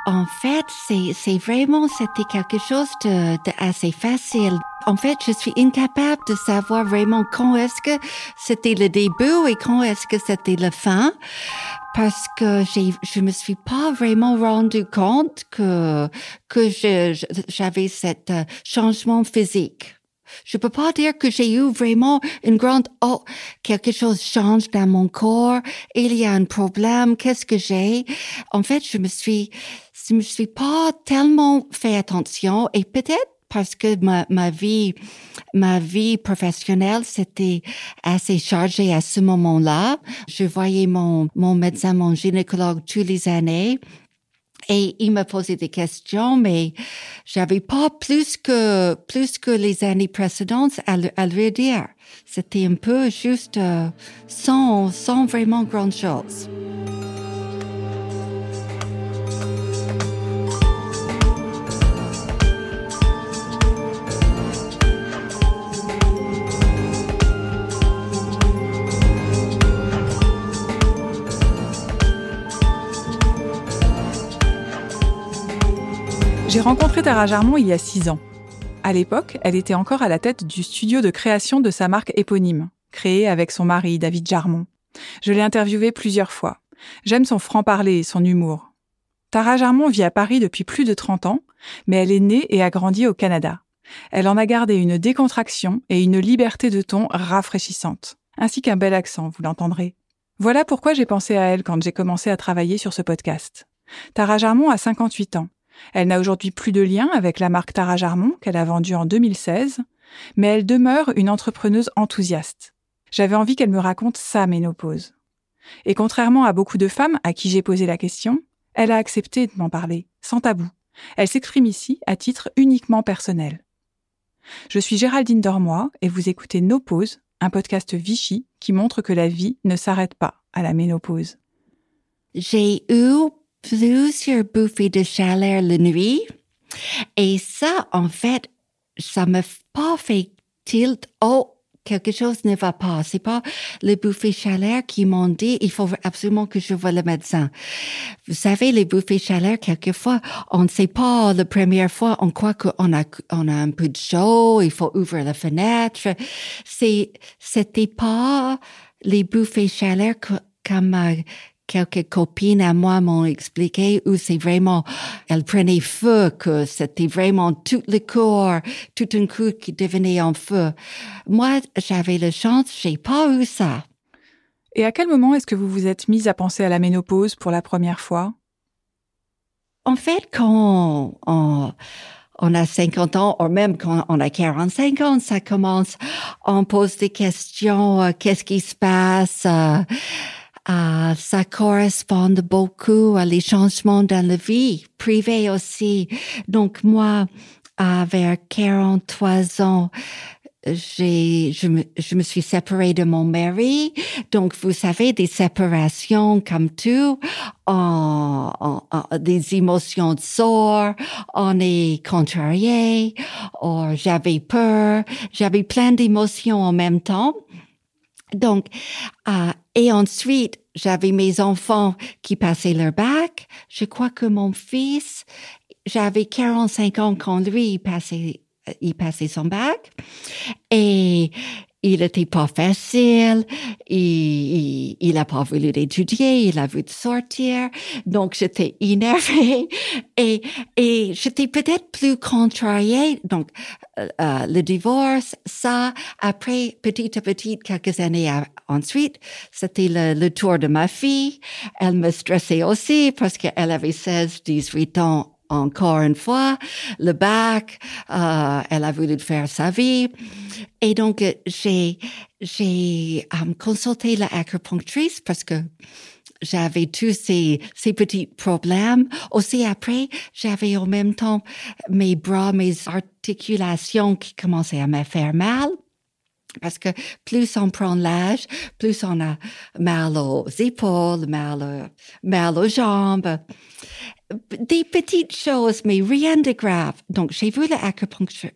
En fait, c'était quelque chose de assez facile. En fait, je suis incapable de savoir vraiment quand est-ce que c'était le début et quand est-ce que c'était la fin, parce que je me suis pas vraiment rendu compte que j'avais cet changement physique. Je peux pas dire que j'ai eu vraiment quelque chose change dans mon corps, il y a un problème, qu'est-ce que j'ai? En fait, je me suis pas tellement fait attention, et peut-être parce que ma vie professionnelle, c'était assez chargé à ce moment-là. Je voyais mon médecin, mon gynécologue tous les années. Et il me posait des questions, mais j'avais pas plus que les années précédentes à lui dire. C'était un peu juste sans vraiment grand chose. J'ai rencontré Tara Jarmon il y a 6 ans. À l'époque, elle était encore à la tête du studio de création de sa marque éponyme, créée avec son mari, David Jarmon. Je l'ai interviewée plusieurs fois. J'aime son franc-parler et son humour. Tara Jarmon vit à Paris depuis plus de 30 ans, mais elle est née et a grandi au Canada. Elle en a gardé une décontraction et une liberté de ton rafraîchissante, ainsi qu'un bel accent, vous l'entendrez. Voilà pourquoi j'ai pensé à elle quand j'ai commencé à travailler sur ce podcast. Tara Jarmon a 58 ans. Elle n'a aujourd'hui plus de lien avec la marque Tara Jarmon qu'elle a vendue en 2016, mais elle demeure une entrepreneuse enthousiaste. J'avais envie qu'elle me raconte sa ménopause. Et contrairement à beaucoup de femmes à qui j'ai posé la question, elle a accepté de m'en parler, sans tabou. Elle s'exprime ici à titre uniquement personnel. Je suis Géraldine Dormoy et vous écoutez Nopause, un podcast Vichy qui montre que la vie ne s'arrête pas à la ménopause. J'ai eu plusieurs bouffées de chaleur la nuit. Et ça, en fait, ça m'a pas fait tilt. Oh, quelque chose ne va pas. C'est pas les bouffées chaleur qui m'ont dit, il faut absolument que je voie le médecin. Vous savez, les bouffées chaleur, quelquefois, on ne sait pas la première fois, on croit qu'on a un peu de chaud, il faut ouvrir la fenêtre. C'était pas les bouffées chaleur comme quelques copines à moi m'ont expliqué où c'est vraiment, elles prenaient feu, que c'était vraiment tout le corps, tout un coup qui devenait en feu. Moi, j'avais la chance, j'ai pas eu ça. Et à quel moment est-ce que vous vous êtes mise à penser à la ménopause pour la première fois? En fait, quand on a 50 ans, ou même quand on a 45 ans, ça commence, on pose des questions, qu'est-ce qui se passe? Ça correspond beaucoup à les changements dans la vie privée aussi. Donc moi, vers 43 ans, je me suis séparée de mon mari. Donc, vous savez, des séparations comme tout, des émotions de sort, on est contrarié, j'avais peur, j'avais plein d'émotions en même temps. Donc, et ensuite, j'avais mes enfants qui passaient leur bac. Je crois que mon fils, j'avais 45 ans quand lui, il passait son bac. Et il était pas facile. Il a pas voulu étudier. Il a voulu sortir. Donc, j'étais énervée. Et j'étais peut-être plus contrariée. Donc, le divorce, ça, après, petit à petit, quelques années ensuite, c'était le tour de ma fille. Elle me stressait aussi parce qu'elle avait 18 ans. Encore une fois, le bac, elle a voulu faire sa vie. Et donc, j'ai consulté l'acupunctrice parce que j'avais tous ces petits problèmes. Aussi après, j'avais en même temps mes bras, mes articulations qui commençaient à me faire mal. Parce que plus on prend l'âge, plus on a mal aux épaules, mal aux jambes. Des petites choses, mais rien de grave. Donc, j'ai vu l'acupunctrice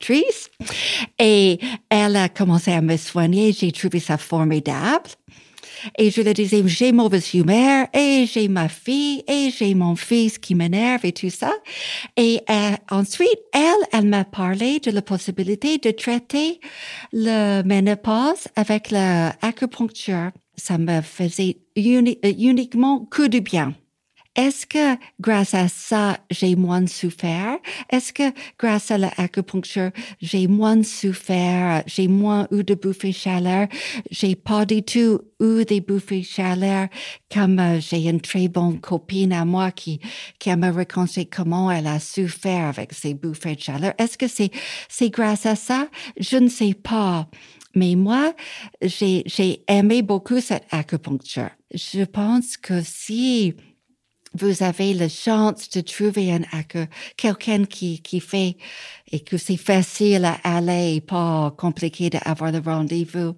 et elle a commencé à me soigner. J'ai trouvé ça formidable. Et je lui disais, j'ai mauvaise humeur, et j'ai ma fille, et j'ai mon fils qui m'énerve et tout ça. Et ensuite, elle m'a parlé de la possibilité de traiter le ménopause avec l'acupuncture. Ça me faisait uniquement que du bien. Est-ce que grâce à ça, j'ai moins souffert? Est-ce que grâce à l'acupuncture, j'ai moins souffert? J'ai moins eu de bouffées de chaleur? J'ai pas du tout eu des bouffées de chaleur comme j'ai une très bonne copine à moi qui m'a raconté comment elle a souffert avec ses bouffées de chaleur. Est-ce que c'est grâce à ça? Je ne sais pas. Mais moi, j'ai aimé beaucoup cette acupuncture. Je pense que si vous avez la chance de trouver quelqu'un qui fait et que c'est facile à aller et pas compliqué d'avoir le rendez-vous.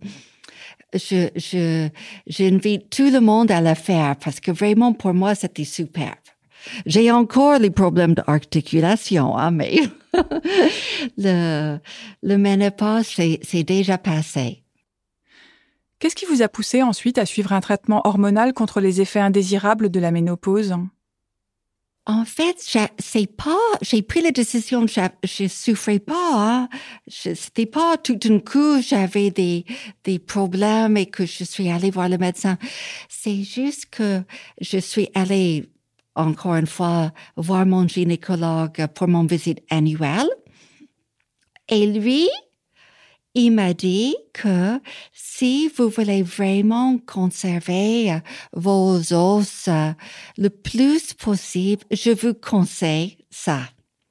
J'invite tout le monde à le faire parce que vraiment pour moi c'était superbe. J'ai encore les problèmes d'articulation, hein, mais le ménopause c'est déjà passé. Qu'est-ce qui vous a poussé ensuite à suivre un traitement hormonal contre les effets indésirables de la ménopause? En fait, j'ai pris la décision, je souffrais pas, hein. C'était pas tout d'un coup, j'avais des problèmes et que je suis allée voir le médecin. C'est juste que je suis allée, encore une fois, voir mon gynécologue pour mon visite annuelle. Et lui, il m'a dit que si vous voulez vraiment conserver vos os le plus possible, je vous conseille ça.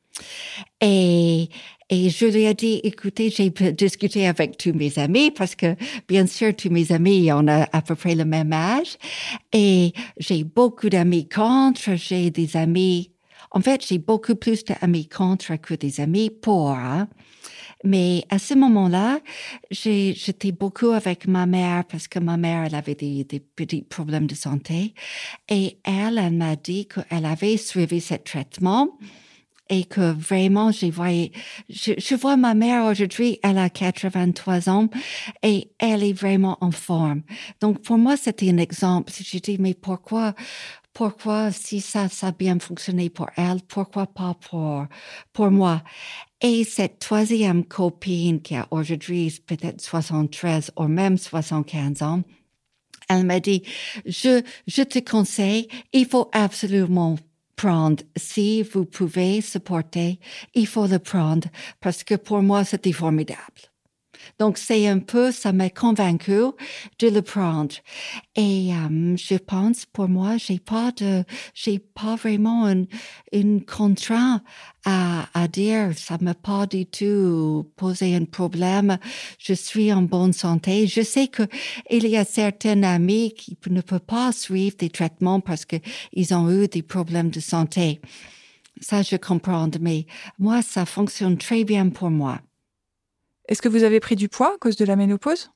Et je lui ai dit, écoutez, j'ai discuté avec tous mes amis parce que, bien sûr, tous mes amis, on a à peu près le même âge. Et j'ai beaucoup d'amis contre, j'ai des amis. En fait, j'ai beaucoup plus d'amis contre que des amis pour, hein. Mais à ce moment-là, j'étais beaucoup avec ma mère parce que ma mère, elle avait des petits problèmes de santé. Et elle m'a dit qu'elle avait suivi ce traitement et que vraiment, je vois ma mère aujourd'hui, elle a 83 ans et elle est vraiment en forme. Donc, pour moi, c'était un exemple. Je dis, mais pourquoi, si ça a bien fonctionné pour elle, pourquoi pas pour moi? Et cette troisième copine qui a aujourd'hui peut-être 73 ou même 75 ans, elle m'a dit, je te conseille, il faut absolument prendre. Si vous pouvez supporter, il faut le prendre parce que pour moi, c'était formidable. Donc, c'est un peu, ça m'a convaincu de le prendre. Et je pense, pour moi, j'ai pas vraiment une contrainte à dire, ça m'a pas du tout posé un problème. Je suis en bonne santé. Je sais que il y a certains amis qui ne peuvent pas suivre des traitements parce que ils ont eu des problèmes de santé. Ça, je comprends, mais moi, ça fonctionne très bien pour moi. Est-ce que vous avez pris du poids à cause de la ménopause?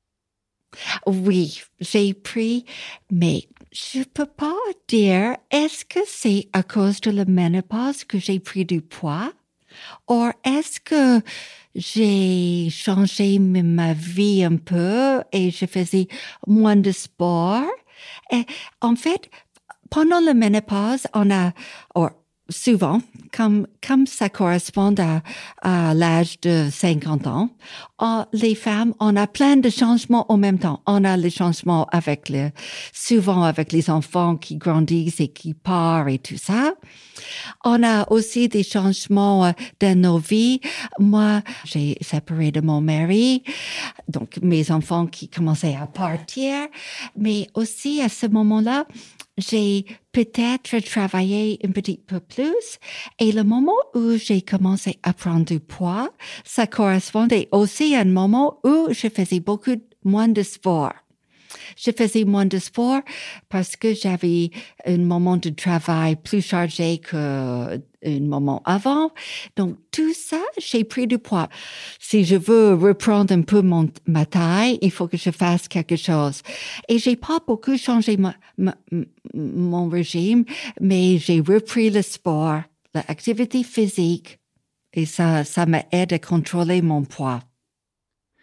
Oui, j'ai pris, mais je peux pas dire, est-ce que c'est à cause de la ménopause que j'ai pris du poids? Ou est-ce que j'ai changé ma vie un peu et je faisais moins de sport? Et en fait, pendant la ménopause, souvent, comme ça correspond à l'âge de 50 ans, les femmes, on a plein de changements en même temps. On a les changements souvent avec les enfants qui grandissent et qui partent et tout ça. On a aussi des changements dans nos vies. Moi, j'ai séparé de mon mari, donc mes enfants qui commençaient à partir, mais aussi à ce moment-là, j'ai peut-être travaillé un petit peu plus et le moment où j'ai commencé à prendre du poids, ça correspondait aussi à un moment où je faisais beaucoup moins de sport. Je faisais moins de sport parce que j'avais un moment de travail plus chargé qu'un moment avant. Donc, tout ça, j'ai pris du poids. Si je veux reprendre un peu ma taille, il faut que je fasse quelque chose. Et j'ai pas beaucoup changé mon régime, mais j'ai repris le sport, l'activité physique, et ça m'aide à contrôler mon poids.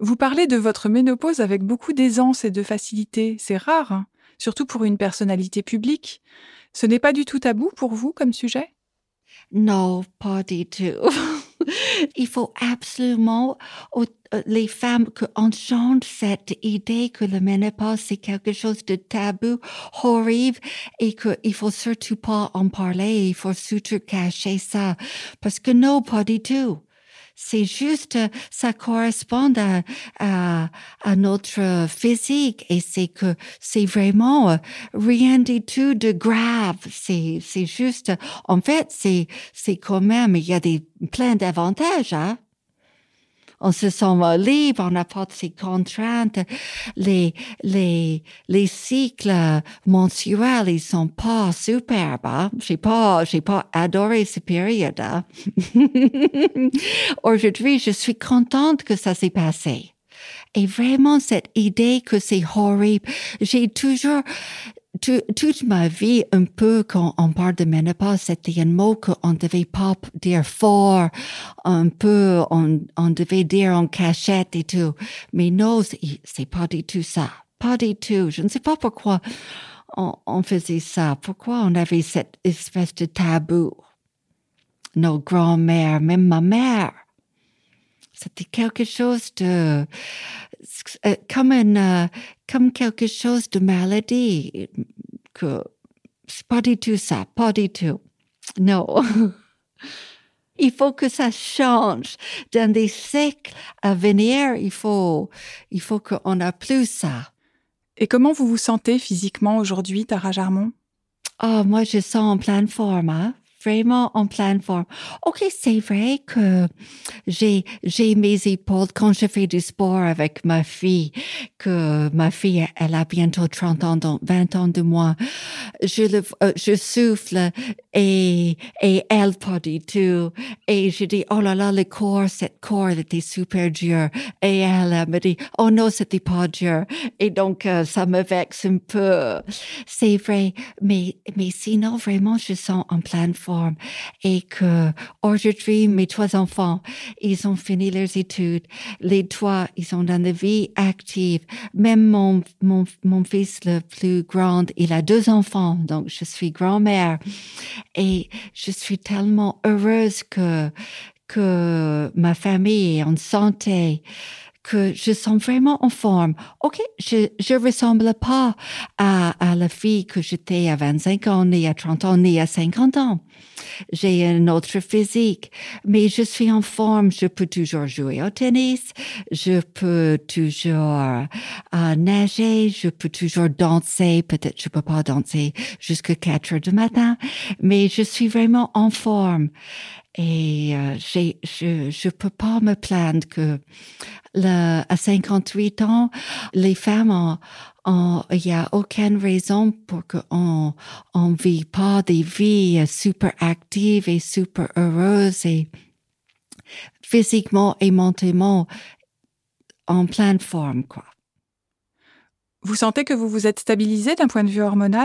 Vous parlez de votre ménopause avec beaucoup d'aisance et de facilité. C'est rare, hein, surtout pour une personnalité publique. Ce n'est pas du tout tabou pour vous comme sujet? Non, pas du tout. Il faut absolument, les femmes, qu'on change cette idée que la ménopause, c'est quelque chose de tabou, horrible, et qu'il faut surtout pas en parler, il faut surtout cacher ça. Parce que non, pas du tout. C'est juste, ça correspond à notre physique et c'est vraiment rien du tout de grave. C'est juste, en fait, c'est quand même, il y a plein d'avantages, hein. On se sent libre, on n'a pas de ces contraintes. Les cycles mensuels, ils sont pas superbes, hein. J'ai pas adoré cette période, hein. Aujourd'hui, je suis contente que ça s'est passé. Et vraiment, cette idée que c'est horrible, j'ai toujours, toute ma vie, un peu, quand on parle de ménopause, c'était un mot qu'on devait pas dire fort, un peu, on devait dire en cachette et tout. Mais non, c'est pas du tout ça. Pas du tout. Je ne sais pas pourquoi on faisait ça. Pourquoi on avait cette espèce de tabou. Nos grands-mères, même ma mère. C'était quelque chose de, comme quelque chose de maladie, que c'est pas du tout ça, pas du tout. Non. Il faut que ça change. Dans des siècles à venir, il faut qu'on n'a plus ça. Et comment vous vous sentez physiquement aujourd'hui, Tara Jarmon? Oh, moi, je sens en pleine forme, hein? Vraiment en pleine forme. OK, c'est vrai que j'ai mes épaules quand je fais du sport avec ma fille, que ma fille, elle a bientôt 30 ans, donc 20 ans de moins. Je souffle et elle pas du tout. Et je dis, oh là là, cette corde était super dure. Et elle me dit, oh non, c'était pas dur. Et donc, ça me vexe un peu. C'est vrai. Mais sinon, vraiment, je sens en pleine forme. Et que aujourd'hui, mes 3 enfants, ils ont fini leurs études. Les 3, ils sont dans la vie active. Même mon fils le plus grand, il a 2 enfants. Donc, je suis grand-mère. Et je suis tellement heureuse que ma famille est en santé, que je sens vraiment en forme. OK, je ressemble pas à la fille que j'étais à 25 ans, ni à 30 ans, ni à 50 ans. J'ai un autre physique, mais je suis en forme. Je peux toujours jouer au tennis, je peux toujours nager, je peux toujours danser. Peut-être je peux pas danser jusqu'à 4 heures du matin, mais je suis vraiment en forme. Et je peux pas me plaindre que à 58 ans, les femmes il y a aucune raison pour qu'on vit pas des vies super actives et super heureuses et physiquement et mentalement en pleine forme, quoi. Vous sentez que vous vous êtes stabilisé d'un point de vue hormonal?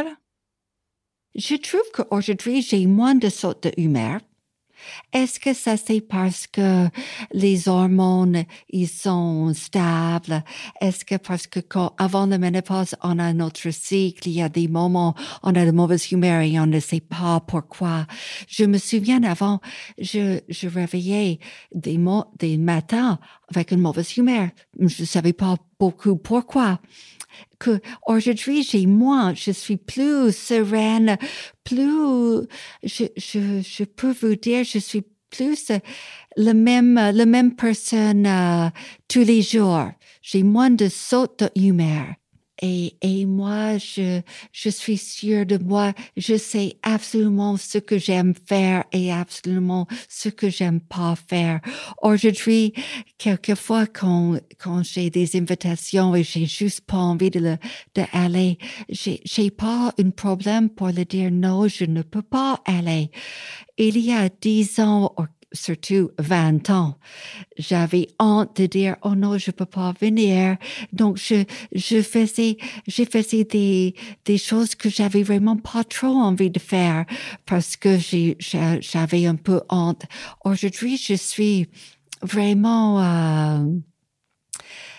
Je trouve qu'aujourd'hui, j'ai moins de sautes d'humeur. Est-ce que ça c'est parce que les hormones, ils sont stables? Est-ce que parce que avant la ménopause, on a notre cycle, il y a des moments, on a de mauvaise humeur et on ne sait pas pourquoi. Je me souviens avant, je réveillais des matins avec une mauvaise humeur. Je ne savais pas beaucoup pourquoi. Que aujourd'hui j'ai moins, je suis plus sereine, plus, je peux vous dire, je suis plus la même personne tous les jours. J'ai moins de sautes d'humeur. Et moi, je suis sûre de moi. Je sais absolument ce que j'aime faire et absolument ce que j'aime pas faire. Aujourd'hui, quelquefois, quand j'ai des invitations et j'ai juste pas envie d'aller, j'ai pas un problème pour le dire non, je ne peux pas aller. Il y a 10 ans, surtout 20 ans, j'avais honte de dire, oh non, je peux pas venir. Donc, j'ai faisais des choses que j'avais vraiment pas trop envie de faire parce que j'avais un peu honte. Aujourd'hui, je suis vraiment,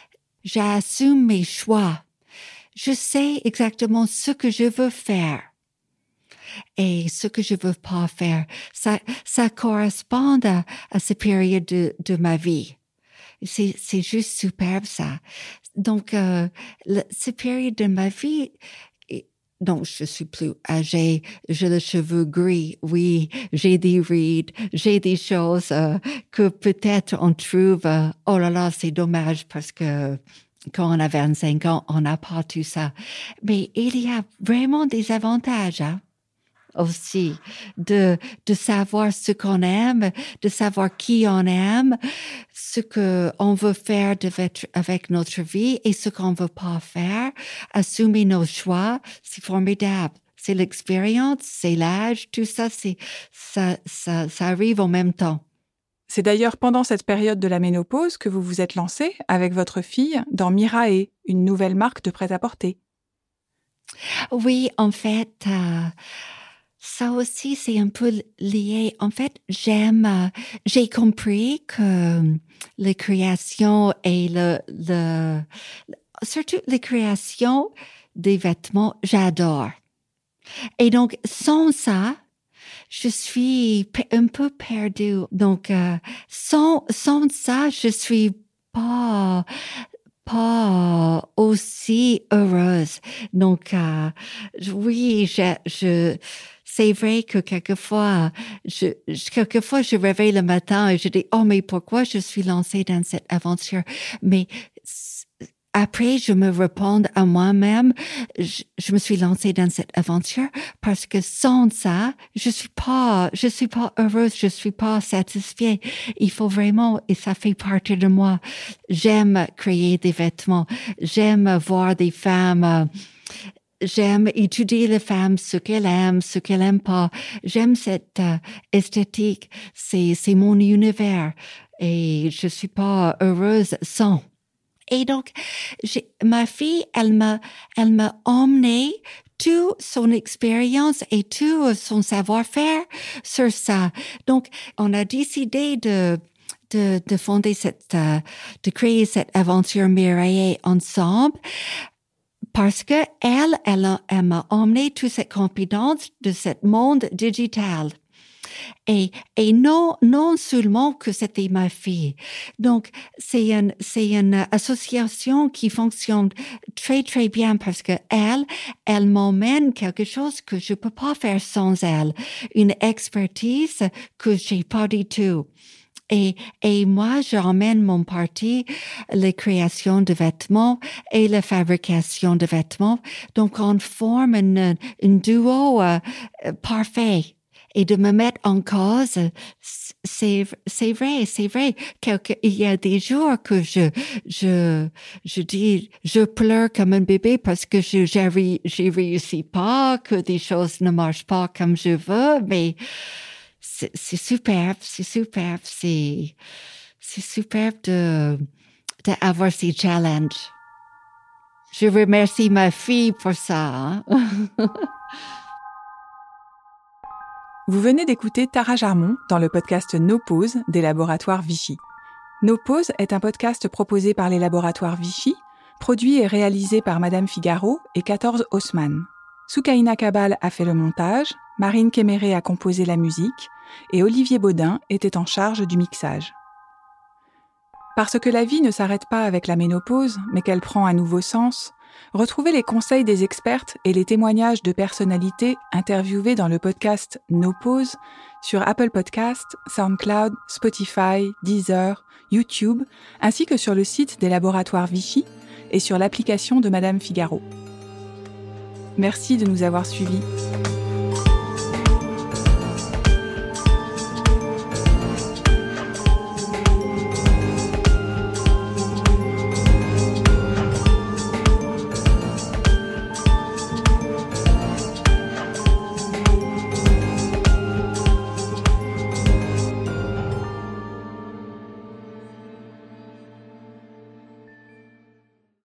j'assume mes choix. Je sais exactement ce que je veux faire et ce que je veux pas faire. Ça correspond à ces périodes de ma vie. C'est juste superbe, ça. Donc, ces périodes de ma vie, donc, je suis plus âgée, j'ai les cheveux gris, oui, j'ai des rides, j'ai des choses que peut-être on trouve, oh là là, c'est dommage parce que quand on a 25 ans, on n'a pas tout ça. Mais il y a vraiment des avantages, hein, aussi, de savoir ce qu'on aime, de savoir qui on aime, ce que on veut faire avec notre vie et ce qu'on veut pas faire, assumer nos choix, c'est formidable. C'est l'expérience, c'est l'âge, tout ça, ça arrive en même temps. C'est d'ailleurs pendant cette période de la ménopause que vous vous êtes lancée avec votre fille dans Mirae, une nouvelle marque de prêt-à-porter. Oui, en fait, ça aussi, c'est un peu lié. En fait, j'ai compris que les créations et surtout les créations des vêtements, j'adore. Et donc, sans ça, je suis un peu perdue. Donc, sans ça, je suis pas aussi heureuse. Donc, oui, c'est vrai que quelquefois, je réveille le matin et je dis, oh, mais pourquoi je suis lancée dans cette aventure? Mais après, je me réponds à moi-même, je me suis lancée dans cette aventure parce que sans ça, je suis pas heureuse, je suis pas satisfaite. Il faut vraiment, et ça fait partie de moi. J'aime créer des vêtements. J'aime voir des femmes, j'aime étudier les femmes, ce qu'elles aiment pas. J'aime cette esthétique. C'est mon univers. Et je suis pas heureuse sans. Et donc, ma fille, elle m'a emmené toute son expérience et tout son savoir-faire sur ça. Donc, on a décidé de fonder de créer cette aventure Mirae ensemble. Parce que elle m'a emmené toute cette compétence de ce monde digital. Et non seulement que c'était ma fille. Donc, c'est une association qui fonctionne très, très bien parce que elle m'emmène quelque chose que je peux pas faire sans elle. Une expertise que j'ai pas du tout. Et moi, j'emmène mon parti, les créations de vêtements et la fabrication de vêtements. Donc, on forme un duo parfait. Et de me mettre en cause, c'est vrai. Il y a des jours que je dis, je pleure comme un bébé parce que j'ai réussi pas, que des choses ne marchent pas comme je veux, mais c'est superbe, c'est superbe d'avoir ces challenges. Je remercie ma fille pour ça. Hein? Vous venez d'écouter Tara Jarmon dans le podcast No Pause des laboratoires Vichy. No Pause est un podcast proposé par les laboratoires Vichy, produit et réalisé par Madame Figaro et 14 Haussmann. Soukaina Kabal a fait le montage, Marine Kéméré a composé la musique et Olivier Baudin était en charge du mixage. Parce que la vie ne s'arrête pas avec la ménopause, mais qu'elle prend un nouveau sens, retrouvez les conseils des expertes et les témoignages de personnalités interviewées dans le podcast No Pause sur Apple Podcasts, SoundCloud, Spotify, Deezer, YouTube, ainsi que sur le site des laboratoires Vichy et sur l'application de Madame Figaro. Merci de nous avoir suivis.